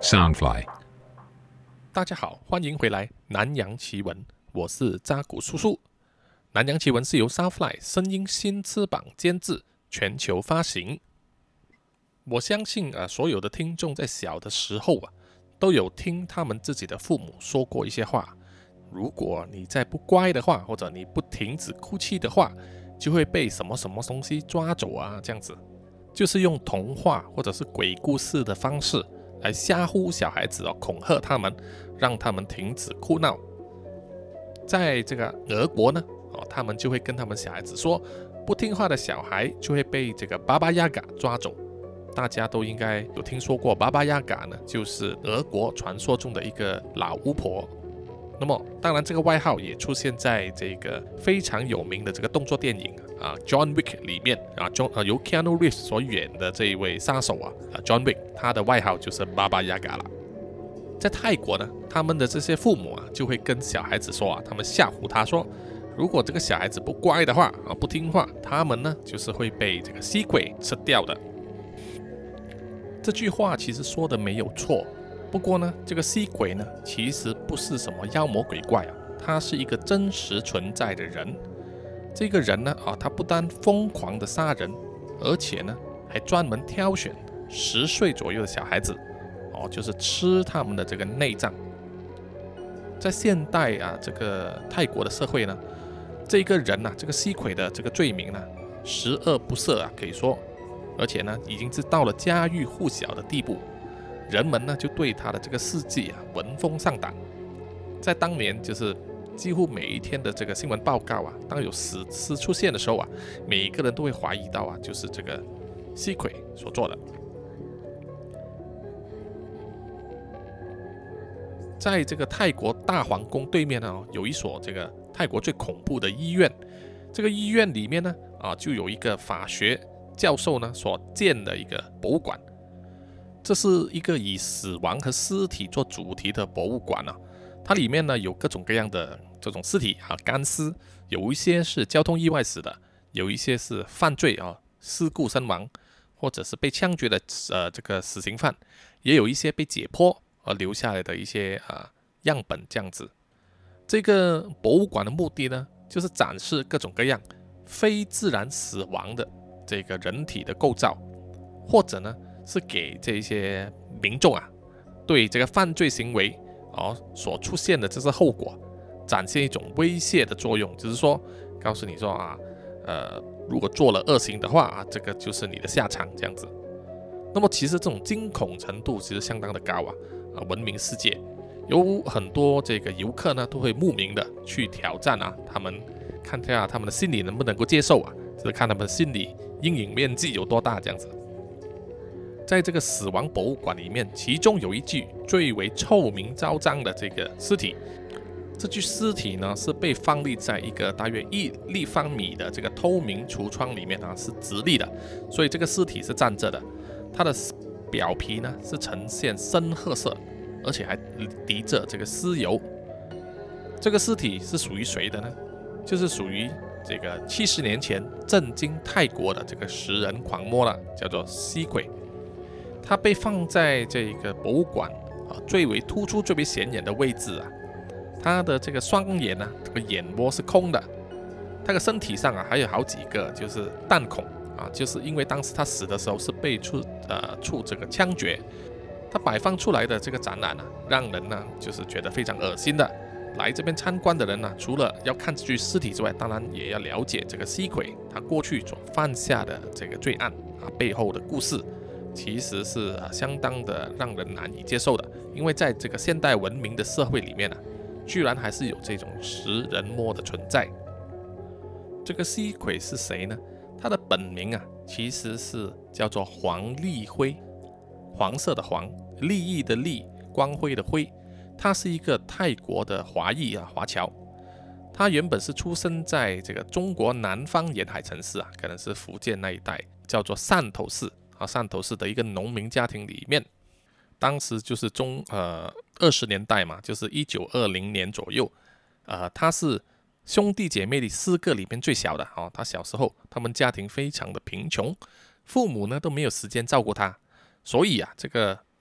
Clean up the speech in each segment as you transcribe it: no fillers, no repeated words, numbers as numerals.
Soundfly。 大家好，欢迎回来南洋奇闻，我是扎古叔叔。南洋奇闻是由 Soundfly 声音新翅膀监制，全球发行。我相信所有的听众在小的时候都有听他们自己的父母说过一些话。如果你再不乖的话，或者你不停止哭泣的话，就会被什么什么东西抓走这样子。就是用童话或者是鬼故事的方式来吓唬小孩子恐吓他们，让他们停止哭闹。在这个俄国呢，他们就会跟他们小孩子说，不听话的小孩就会被这个巴巴亚嘎抓走。大家都应该有听说过，巴巴亚嘎呢，就是俄国传说中的一个老巫婆。那么当然这个外号也出现在这个非常有名的这个动作电影John Wick 里面由 Keanu Reeves 所演的这一位杀手John Wick， 他的外号就是巴巴亚嘎了。在泰国呢，他们的这些父母就会跟小孩子说他们吓唬他说，如果这个小孩子不乖的话不听话，他们呢就是会被这个吸鬼吃掉的。这句话其实说的没有错，不过呢，这个吸鬼呢其实不是什么妖魔鬼怪他是一个真实存在的人。这个人呢他不但疯狂的杀人，而且呢还专门挑选10岁左右的小孩子就是吃他们的这个内脏。在现代这个泰国的社会呢，这个人这个吸鬼的这个罪名呢十恶不赦可以说，而且呢已经是到了家喻户晓的地步。人们呢就对他的这个事迹闻风丧胆。在当年就是几乎每一天的这个新闻报告当有死尸出现的时候每一个人都会怀疑到就是这个吸鬼所做的。在这个泰国大皇宫对面有一所这个泰国最恐怖的医院。这个医院里面呢就有一个法学教授呢所建的一个博物馆。这是一个以死亡和尸体做主题的博物馆它里面呢有各种各样的这种尸体干尸，有一些是交通意外死的，有一些是犯罪事故身亡，或者是被枪决的这个死刑犯，也有一些被解剖而留下来的一些样本这样子。这个博物馆的目的呢，就是展示各种各样非自然死亡的这个人体的构造，或者呢是给这些民众对这个犯罪行为所出现的这些后果展现一种威胁的作用，就是说告诉你说如果做了恶行的话这个就是你的下场这样子。那么其实这种惊恐程度其实相当的高闻名世界。有很多这个游客呢都会慕名的去挑战他们看一下他们的心理能不能够接受就是看他们的心理阴影面积有多大这样子。在这个死亡博物馆里面，其中有一具最为臭名昭彰的这个尸体。这具尸体呢是被放立在一个大约1立方米的这个透明橱窗里面是直立的，所以这个尸体是站着的。它的表皮呢是呈现深褐色，而且还滴着这个尸油。这个尸体是属于谁的呢？就是属于这个70年前震惊泰国的这个食人狂魔了，叫做吸鬼。它被放在这个博物馆最为突出、最为显眼的位置它的这个双眼这个眼窝是空的，它的身体上还有好几个就是弹孔就是因为当时他死的时候是被处这个枪决。它摆放出来的这个展览让人呢就是觉得非常恶心的。来这边参观的人除了要看这具尸体之外，当然也要了解这个吸鬼他过去所犯下的这个罪案背后的故事。其实是相当的让人难以接受的，因为在这个现代文明的社会里面居然还是有这种食人魔的存在。这个吸鬼是谁呢？他的本名其实是叫做黄立辉，黄色的黄，利益的利，光辉的辉。他是一个泰国的华裔华侨。他原本是出生在这个中国南方沿海城市可能是福建那一带，叫做汕头市汕头市的一个农民家庭里面。当时就是20年代嘛，就是1920年左右。他是兄弟姐妹的4个里面最小的他小时候他们家庭非常的贫穷，父母呢都没有时间照顾他，所以这个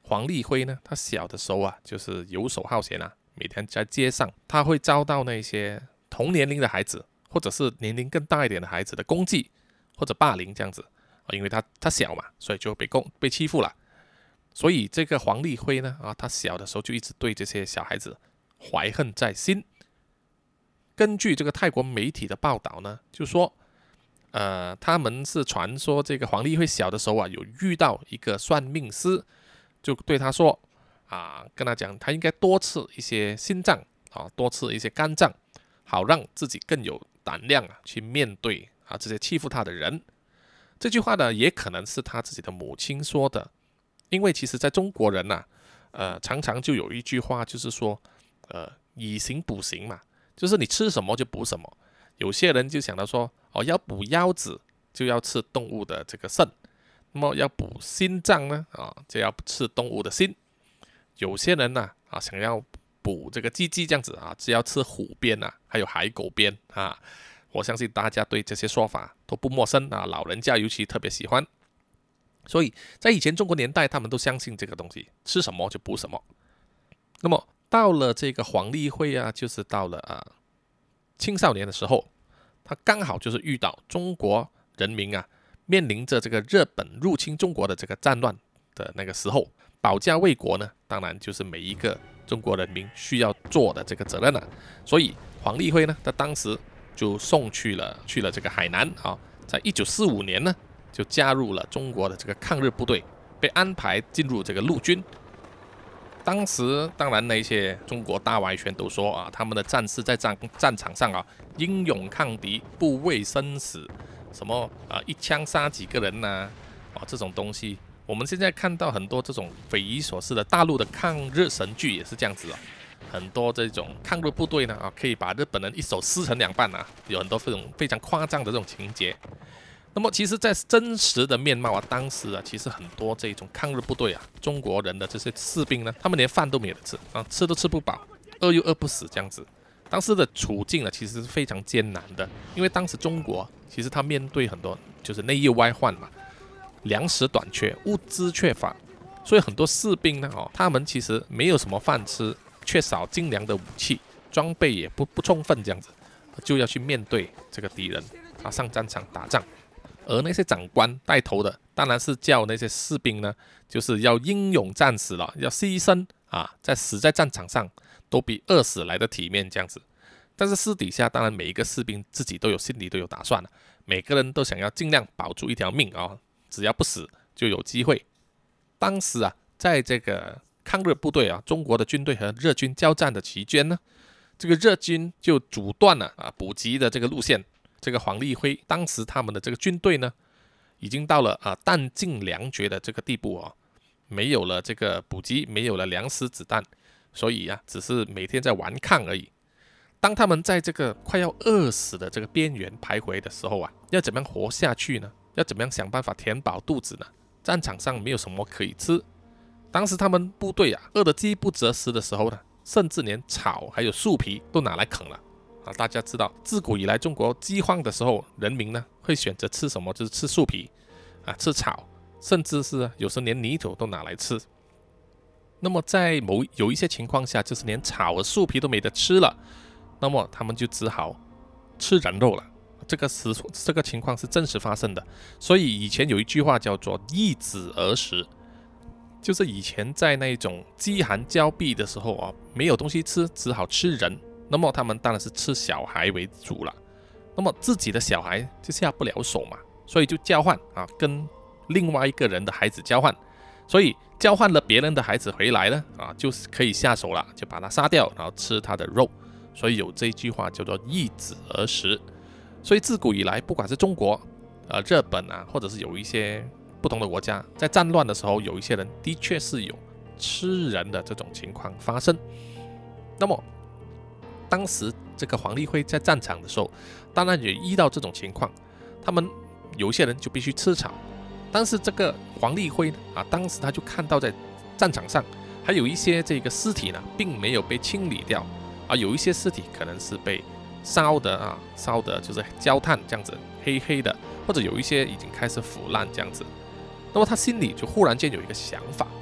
黄立辉呢，他小的时候啊，就是游手好闲啊，每天在街上，他会遭到那些同年龄的孩子，或者是年龄更大一点的孩子的攻击或者霸凌这样子，因为他小嘛，所以就被欺负了。所以这个黄立辉呢，他小的时候就一直对这些小孩子怀恨在心。根据这个泰国媒体的报道呢，就说，他们是传说这个黄立辉小的时候啊，有遇到一个算命师，就对他说跟他讲，他应该多吃一些心脏多吃一些肝脏，好让自己更有胆量去面对这些欺负他的人。这句话呢，也可能是他自己的母亲说的，因为其实在中国人常常就有一句话，就是说，以形补形嘛，就是你吃什么就补什么。有些人就想到说，要补腰子就要吃动物的这个肾，那么要补心脏呢，就要吃动物的心。有些人呢，想要补这个鸡鸡这样子只要吃虎鞭还有海狗鞭我相信大家对这些说法都不陌生老人家尤其特别喜欢。所以在以前中国年代，他们都相信这个东西，吃什么就补什么。那么到了这个黄立辉就是到了青少年的时候，他刚好就是遇到中国人民面临着这个日本入侵中国的这个战乱的那个时候，保家卫国呢，当然就是每一个中国人民需要做的这个责任了。所以黄立辉呢，他当时就送去了这个海南在1945年呢，就加入了中国的这个抗日部队，被安排进入这个陆军。当时当然那些中国大外宣都说他们的战士在战场上英勇抗敌，不畏生死，什么一枪杀几个人这种东西。我们现在看到很多这种匪夷所思的大陆的抗日神剧也是这样子很多这种抗日部队呢可以把日本人一手撕成两半有很多这种非常夸张的这种情节。那么其实在真实的面貌当时其实很多这种抗日部队中国人的这些士兵呢，他们连饭都没得吃吃都吃不饱，饿又饿不死这样子。当时的处境呢，其实是非常艰难的，因为当时中国其实他面对很多就是内忧外患嘛，粮食短缺，物资缺乏，所以很多士兵呢他们其实没有什么饭吃，缺少精良的武器，装备也不充分这样子，就要去面对这个敌人上战场打仗。而那些长官带头的，当然是叫那些士兵呢，就是要英勇战死了，要牺牲在死在战场上，都比饿死来的体面这样子。但是私底下，当然每一个士兵自己都有心里都有打算每个人都想要尽量保住一条命只要不死就有机会。当时在这个抗日部队中国的军队和日军交战的期间呢，这个日军就阻断了补给的这个路线。这个黄立辉当时他们的这个军队呢，已经到了弹尽粮绝的这个地步没有了这个补给，没有了粮食子弹，所以只是每天在顽抗而已。当他们在这个快要饿死的这个边缘徘徊的时候要怎么样活下去呢？要怎么样想办法填饱肚子呢？战场上没有什么可以吃，当时他们部队饿得饥不择食的时候呢，甚至连草还有树皮都拿来啃了。大家知道，自古以来中国饥荒的时候，人民呢会选择吃什么？就是吃树皮吃草，甚至是有时连泥土都拿来吃。那么在有一些情况下，就是连草和树皮都没得吃了，那么他们就只好吃人肉了。这个情况是真实发生的。所以以前有一句话叫做易子而食，就是以前在那种饥寒交迫的时候没有东西吃，只好吃人。那么他们当然是吃小孩为主了，那么自己的小孩就下不了手嘛，所以就交换跟另外一个人的孩子交换，所以交换了别人的孩子回来呢就是可以下手了，就把他杀掉，然后吃他的肉。所以有这句话叫做易子而食。所以自古以来，不管是中国日本或者是有一些不同的国家，在战乱的时候，有一些人的确是有吃人的这种情况发生。那么当时这个黄立辉在战场的时候，当然也遇到这种情况，他们有些人就必须吃草。但是这个黄立辉当时他就看到在战场上还有一些这个尸体呢，并没有被清理掉有一些尸体可能是被烧的就是焦炭这样子黑黑的，或者有一些已经开始腐烂这样子。那么他心里就忽然间有一个想法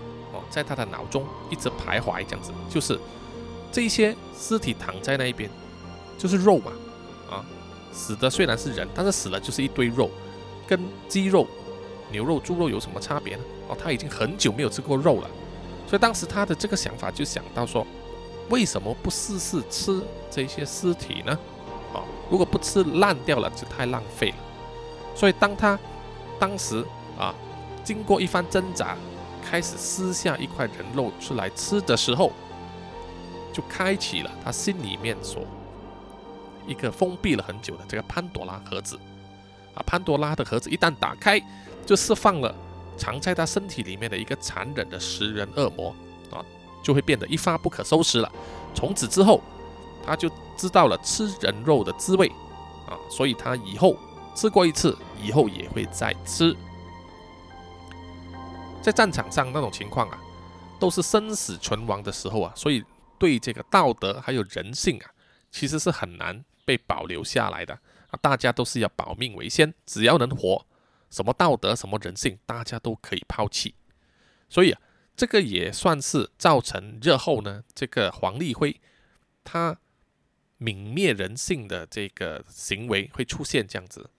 在他的脑中一直徘徊，这样子，就是这些尸体躺在那一边，就是肉嘛，死的虽然是人，但是死了就是一堆肉，跟鸡肉、牛肉、猪肉有什么差别呢？他已经很久没有吃过肉了，所以当时他的这个想法就想到说，为什么不试试吃这些尸体呢？如果不吃烂掉了就太浪费了。所以当时经过一番挣扎，开始撕下一块人肉出来吃的时候，就开启了他心里面一个封闭了很久的这个潘多拉盒子。潘多拉的盒子一旦打开，就释放了藏在他身体里面的一个残忍的食人恶魔，就会变得一发不可收拾了。从此之后，他就知道了吃人肉的滋味，所以他以后吃过一次，以后也会再吃。在战场上那种情况都是生死存亡的时候所以对这个道德还有人性其实是很难被保留下来的大家都是要保命为先，只要能活，什么道德什么人性大家都可以抛弃。所以这个也算是造成日后呢，这个黄立辉他泯灭人性的这个行为会出现这样子。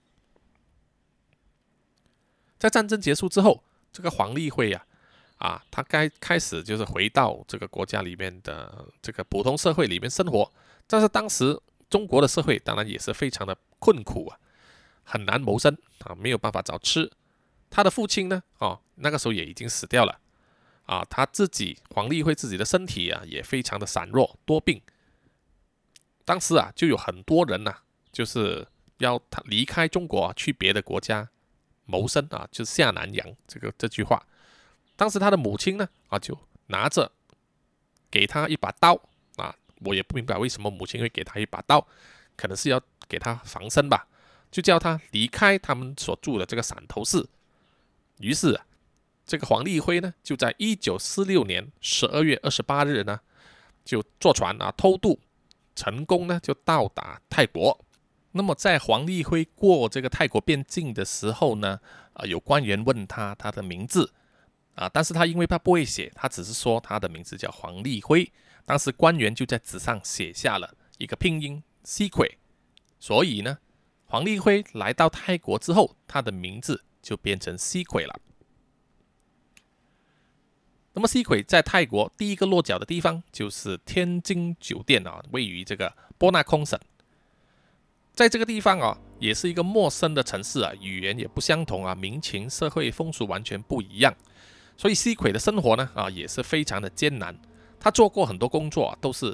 在战争结束之后，这个黄立辉他开始就是回到这个国家里面的这个普通社会里面生活，但是当时中国的社会当然也是非常的困苦很难谋生没有办法找吃。他的父亲呢那个时候也已经死掉了他黄立辉自己的身体也非常的孱弱多病。当时就有很多人就是要他离开中国去别的国家谋生就是下南洋这句话。当时他的母亲呢就拿着给他一把刀我也不明白为什么母亲会给他一把刀，可能是要给他防身吧，就叫他离开他们所住的这个汕头市。于是这个黄立辉呢，就在1946年12月28日呢，就坐船偷渡成功呢，就到达泰国。那么在黄立辉过这个泰国边境的时候呢，有官员问他的名字但是他因为他不会写，他只是说他的名字叫黄立辉。当时官员就在纸上写下了一个拼音西奎，所以呢，黄立辉来到泰国之后，他的名字就变成西奎了。那么西奎在泰国第一个落脚的地方就是天津酒店位于这个波纳空省。在这个地方也是一个陌生的城市语言也不相同民情社会风俗完全不一样，所以西奎的生活呢也是非常的艰难。他做过很多工作都是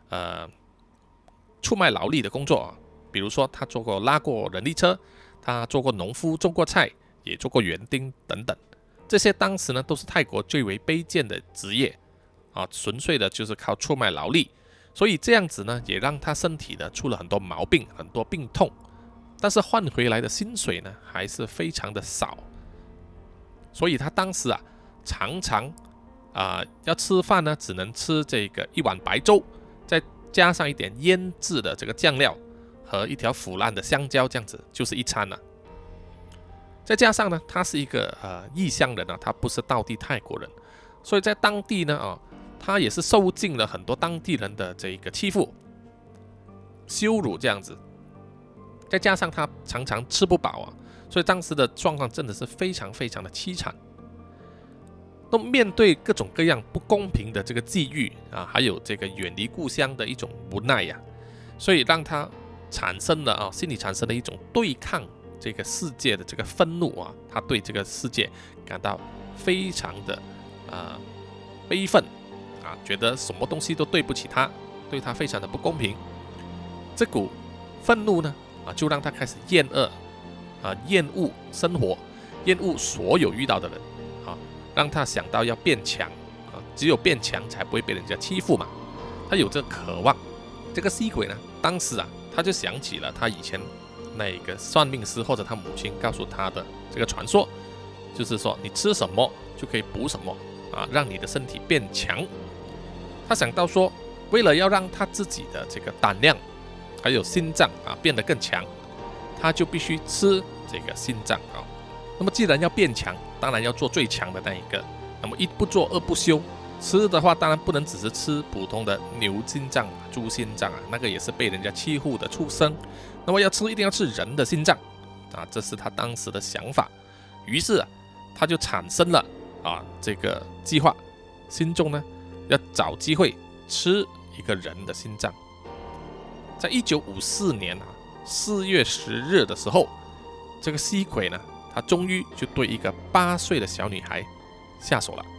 出卖劳力的工作比如说他做过拉过人力车，他做过农夫，种过菜，也做过园丁等等。这些当时呢都是泰国最为卑贱的职业纯粹的就是靠出卖劳力。所以这样子呢也让他身体呢出了很多毛病，很多病痛，但是换回来的薪水呢还是非常的少。所以他当时常常要吃饭呢，只能吃这个一碗白粥，再加上一点腌制的这个酱料和一条腐烂的香蕉，这样子就是一餐了。再加上呢，他是一个异乡人他不是道地泰国人，所以在当地呢他也是受尽了很多当地人的这个欺负、羞辱这样子。再加上他常常吃不饱所以当时的状况真的是非常非常的凄惨。都面对各种各样不公平的这个际遇还有这个远离故乡的一种无奈所以让他产生了心里产生了一种对抗这个世界的这个愤怒他对这个世界感到非常的悲愤觉得什么东西都对不起他，对他非常的不公平。这股愤怒呢就让他开始厌恶生活，厌恶所有遇到的人让他想到要变强只有变强才不会被人家欺负嘛。他有这个渴望。这个西奎呢，当时他就想起了他以前那个算命师或者他母亲告诉他的这个传说，就是说你吃什么就可以补什么让你的身体变强。他想到说，为了要让他自己的这个胆量还有心脏变得更强，他就必须吃这个心脏那么既然要变强，当然要做最强的那一个那么一不做二不休，吃的话当然不能只是吃普通的牛心脏、猪心脏啊，那个也是被人家欺负的畜生。那么一定要吃人的心脏啊，这是他当时的想法。于是他就产生了这个计划，心中呢要找机会吃一个人的心脏。在1954年4月10日的时候，这个西葵呢，他终于就对一个8岁的小女孩下手了。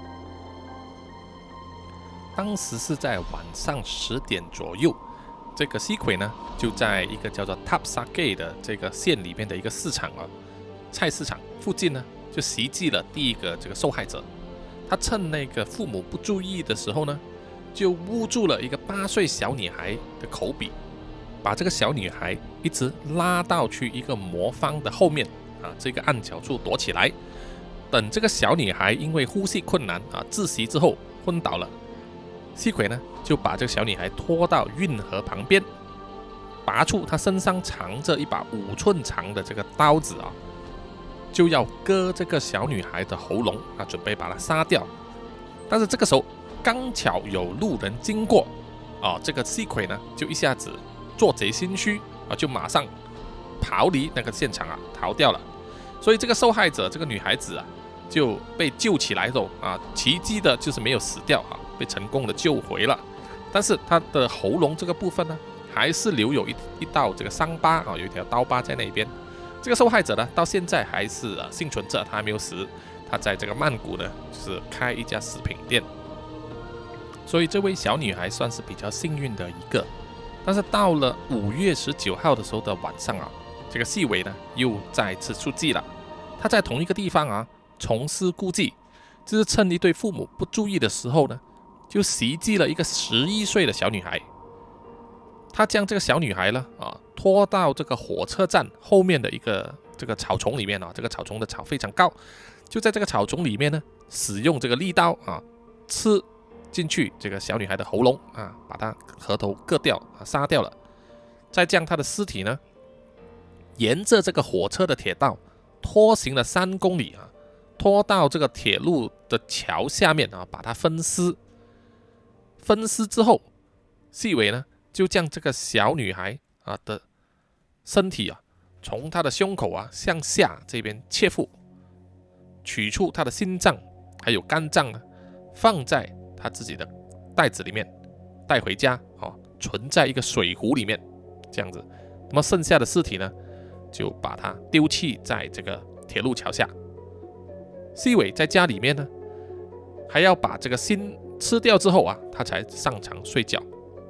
当时是在晚上10点左右，这个西葵呢就在一个叫做 Tapsagay 的这个县里面的一个市场菜市场附近呢，就袭击了第一个这个受害者。他趁那个父母不注意的时候呢，就捂住了一个8岁小女孩的口鼻，把这个小女孩一直拉到去一个磨坊的后面这个暗角处躲起来。等这个小女孩因为呼吸困难窒息之后昏倒了，西葵呢就把这个小女孩拖到运河旁边，拔出她身上藏着一把5寸长的这个刀子就要割这个小女孩的喉咙准备把她杀掉。但是这个时候刚巧有路人经过这个西葵呢就一下子做贼心虚就马上逃离那个现场逃掉了。所以这个受害者这个女孩子就被救起来后奇迹的就是没有死掉被成功的救回了。但是她的喉咙这个部分呢，还是留有一道这个伤疤有一条刀疤在那边。这个受害者呢，到现在还是幸存者，他还没有死。他在这个曼谷呢，就是开一家食品店。所以这位小女孩算是比较幸运的一个。但是到了5月19号的时候的晚上这个细伟呢又再次出击了。他在同一个地方重施故技，就是趁一对父母不注意的时候呢，就袭击了一个11岁的小女孩。他将这个小女孩呢拖到这个火车站后面的一个这个草丛里面这个草丛的草非常高，就在这个草丛里面呢，使用这个利刀刺进去这个小女孩的喉咙把她额头割掉杀掉了。再将她的尸体呢，沿着这个火车的铁道拖行了3公里拖到这个铁路的桥下面把它分尸。分尸之后，细伟呢就将这个小女孩的身体从她的胸口向下这边切腹，取出她的心脏还有肝脏呢，放在她自己的袋子里面带回家存在一个水壶里面这样子。那么剩下的尸体呢，就把它丢弃在这个铁路桥下。西伟在家里面呢，还要把这个心吃掉之后他才上床睡觉。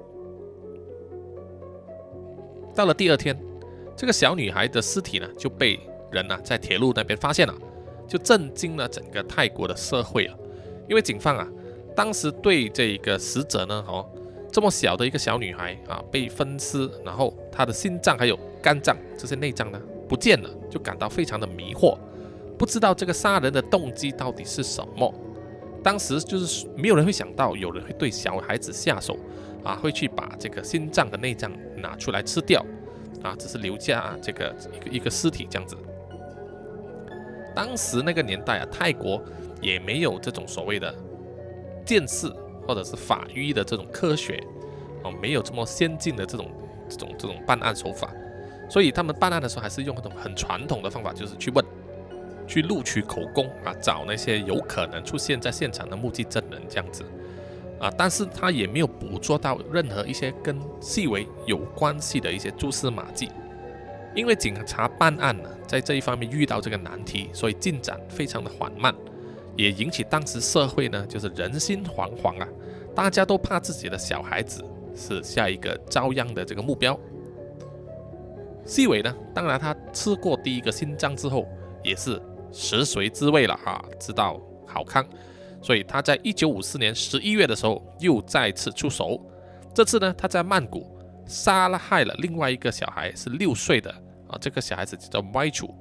到了第2天，这个小女孩的尸体呢就被人在铁路那边发现了，就震惊了整个泰国的社会了。因为警方当时对这个死者呢这么小的一个小女孩被分尸，然后她的心脏还有肝脏这些内脏呢不见了，就感到非常的迷惑，不知道这个杀人的动机到底是什么。当时就是没有人会想到有人会对小孩子下手会去把这个心脏的内脏拿出来吃掉只是留下这个一个尸体这样子。当时那个年代泰国也没有这种所谓的鉴识或者是法医的这种科学没有这么先进的这种办案手法，所以他们办案的时候还是用那种很传统的方法，就是去问，去录取口供找那些有可能出现在现场的目击证人这样子但是他也没有捕捉到任何一些跟细微有关系的一些蛛丝马迹。因为警察办案在这一方面遇到这个难题，所以进展非常的缓慢，也引起当时社会呢就是人心惶惶大家都怕自己的小孩子是下一个遭殃的这个目标。细伟呢，当然他吃过第一个心脏之后，也是食髓知味了知道好康，所以他在1954年11月的时候又再次出手。这次呢，他在曼谷杀害了另外一个小孩，是6岁的这个小孩子叫 Y 楚。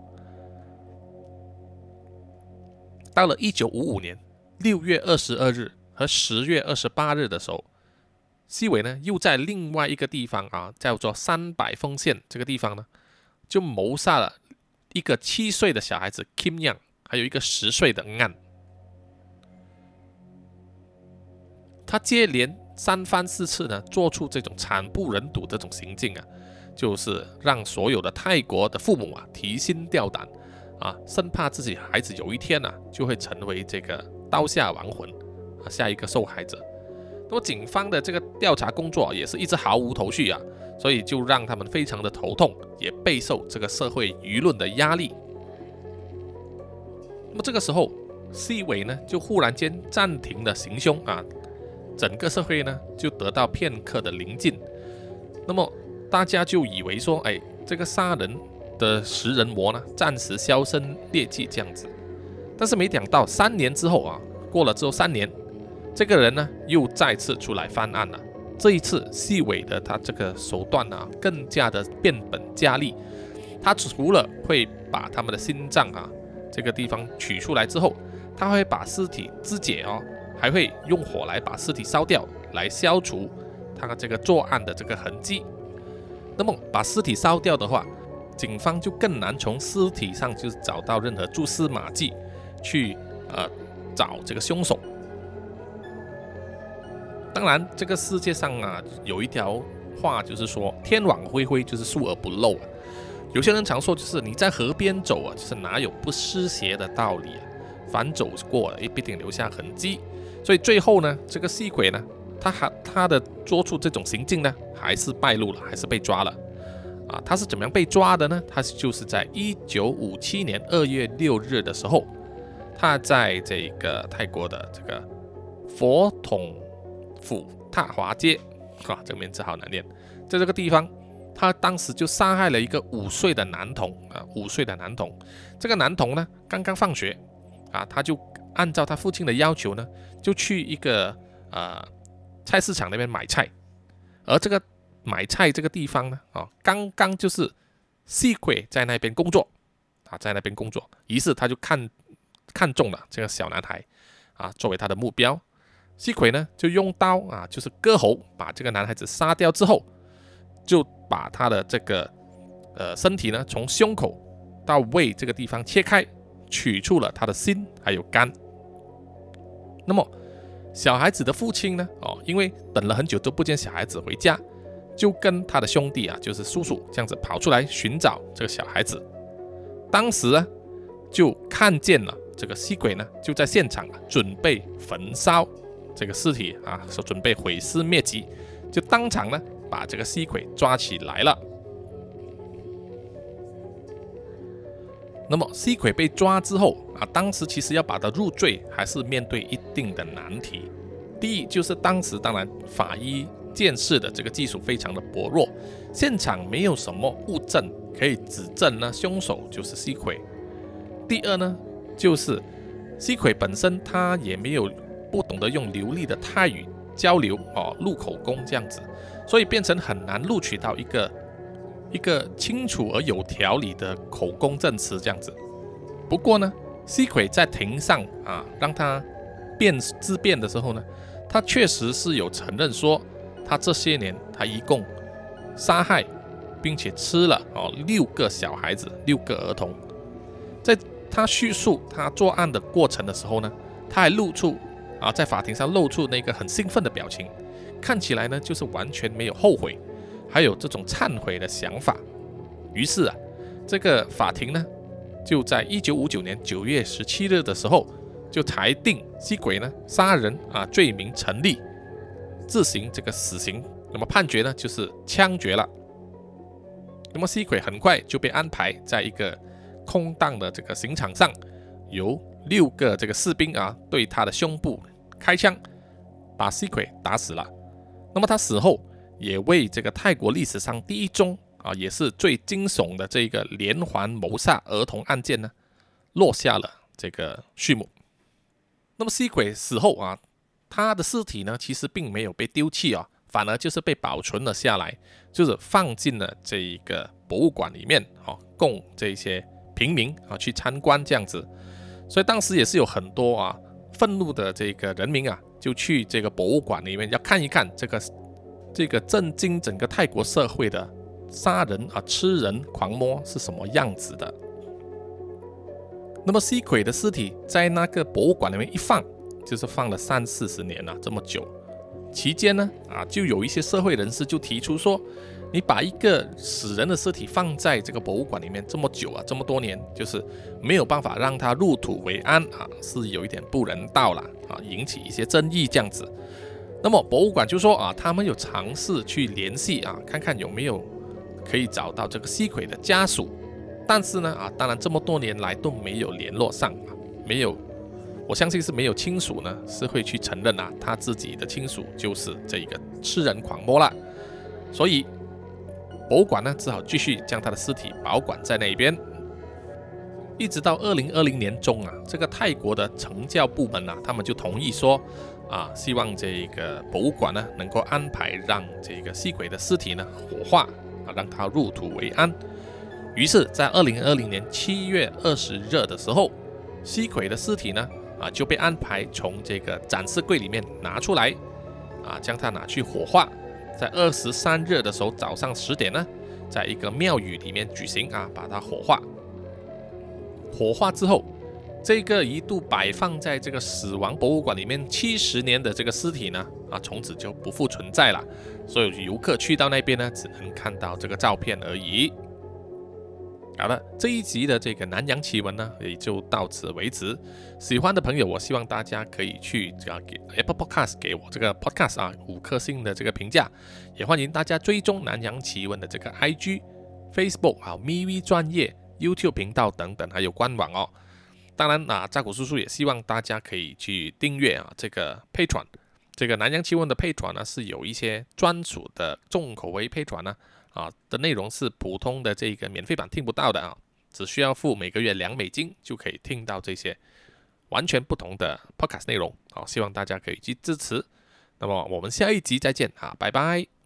到了1955年6月22日和10月28日的时候，西伟呢又在另外一个地方叫做300峰县这个地方呢，就谋杀了一个7岁的小孩子 Kim Yang， 还有一个10岁的 Ngan。 他接连3番4次呢，做出这种惨不忍睹这种行径啊，就是让所有的泰国的父母啊提心吊胆啊，生怕自己孩子有一天啊就会成为这个刀下亡魂啊，下一个受害者。那么警方的这个调查工作也是一直毫无头绪啊，所以就让他们非常的头痛，也备受这个社会舆论的压力。那么这个时候，西伟呢就忽然间暂停了行凶啊，整个社会呢就得到片刻的宁静。那么大家就以为说，哎，这个杀人的食人魔呢暂时销声匿迹这样子。但是没想到3年之后啊，过了之后3年，这个人呢又再次出来翻案了。这一次西伟的他这个手段啊更加的变本加厉。他除了会把他们的心脏啊这个地方取出来之后，他会把尸体肢解哦，还会用火来把尸体烧掉，来消除他这个作案的这个痕迹。那么把尸体烧掉的话，警方就更难从尸体上就是找到任何蛛丝马迹去找这个凶手。当然，这个世界上啊有一条话就是说，天网恢恢，就是疏而不漏啊。有些人常说，就是你在河边走啊，就是哪有不湿鞋的道理啊？凡走过也必定留下痕迹。所以最后呢，这个西鬼呢，他的做出这种行径呢，还是败露了，还是被抓了啊。他是怎么样被抓的呢？他就是在1957年2月6日的时候，他在这个泰国的这个佛统府塔华街这个名字好难念，在这个地方，他当时就杀害了一个5岁的男童啊，5岁的男童。这个男童呢，刚刚放学啊，他就按照他父亲的要求呢，就去一个菜市场那边买菜。而这个买菜这个地方呢，刚刚就是西鬼在那边工作啊，在那边工作，于是他就看中了这个小男孩啊，作为他的目标。西鬼呢就用刀啊，就是割喉，把这个男孩子杀掉之后，就把他的这个身体呢从胸口到胃这个地方切开，取出了他的心还有肝。那么小孩子的父亲呢，因为等了很久都不见小孩子回家，就跟他的兄弟啊，就是叔叔这样子跑出来寻找这个小孩子。当时呢就看见了这个西鬼呢就在现场准备焚烧这个尸体啊，说准备毁尸灭迹，就当场呢把这个西鬼抓起来了。那么西鬼被抓之后啊，当时其实要把他入罪，还是面对一定的难题。第一就是当时当然法医鉴识的这个技术非常的薄弱，现场没有什么物证可以指证呢凶手就是西鬼。第二呢，就是西鬼本身他也没有不懂得用流利的泰语交流录口供这样子，所以变成很难录取到一个清楚而有条理的口供证词这样子。不过呢，西鬼在庭上啊让他自辩的时候呢，他确实是有承认说，他这些年他一共杀害并且吃了6个小孩子，6个儿童。在他叙述他作案的过程的时候呢，他还在法庭上露出那个很兴奋的表情，看起来呢就是完全没有后悔，还有这种忏悔的想法。于是啊，这个法庭呢就在1959年9月17日的时候，就裁定西鬼呢杀人罪名成立，自行这个死刑。那么判决呢就是枪决了。那么西鬼很快就被安排在一个空荡的这个刑场上，由6个这个士兵对他的胸部开枪，把西鬼打死了。那么他死后也为这个泰国历史上第一宗也是最惊悚的这个连环谋杀儿童案件呢落下了这个序幕。那么西鬼死后他的尸体呢其实并没有被丢弃反而就是被保存了下来，就是放进了这一个博物馆里面供这些平民去参观这样子。所以当时也是有很多愤怒的这个人民就去这个博物馆里面要看一看这个震惊整个泰国社会的杀人吃人狂魔是什么样子的。那么西鬼的尸体在那个博物馆里面一放，就是放了30-40年这么久。 期间呢，就有一些社会人士就提出说，你把一个死人的尸体放在这个博物馆里面这么久这么多年，就是没有办法让他入土为安是有一点不人道了引起一些争议这样子。那么博物馆就说他们有尝试去联系看看有没有可以找到这个西葵的家属，但是呢当然这么多年来都没有联络上没有。我相信是没有亲属呢是会去承认他自己的亲属就是这个吃人狂魔了，所以博物馆呢只好继续将他的尸体保管在那边，一直到2020年中这个泰国的惩教部门他们就同意说希望这个博物馆呢能够安排让这个西葵的尸体呢火化让他入土为安。于是，在2020年7月20日的时候，西葵的尸体呢就被安排从这个展示柜里面拿出来将它拿去火化。在23日的时候早上10点呢，在一个庙宇里面举行把它火化。火化之后，这个一度摆放在这个死亡博物馆里面70年的这个尸体呢从此就不复存在了。所有游客去到那边呢，只能看到这个照片而已。好了，这一集的这个南洋奇闻呢，也就到此为止。喜欢的朋友，我希望大家可以去给 Apple Podcast 给我这个 Podcast 5颗星的这个评价，也欢迎大家追踪南洋奇闻的这个 IG、Facebook MeWe 专业、YouTube 频道等等，还有官网哦。当然扎古叔叔也希望大家可以去订阅这个 Patreon， 这个南洋奇闻的 Patreon 呢是有一些专属的重口味 Patreon 呢。的内容是普通的这个免费版听不到的只需要付每个月$2就可以听到这些完全不同的 podcast 内容希望大家可以去支持。那么我们下一集再见拜拜。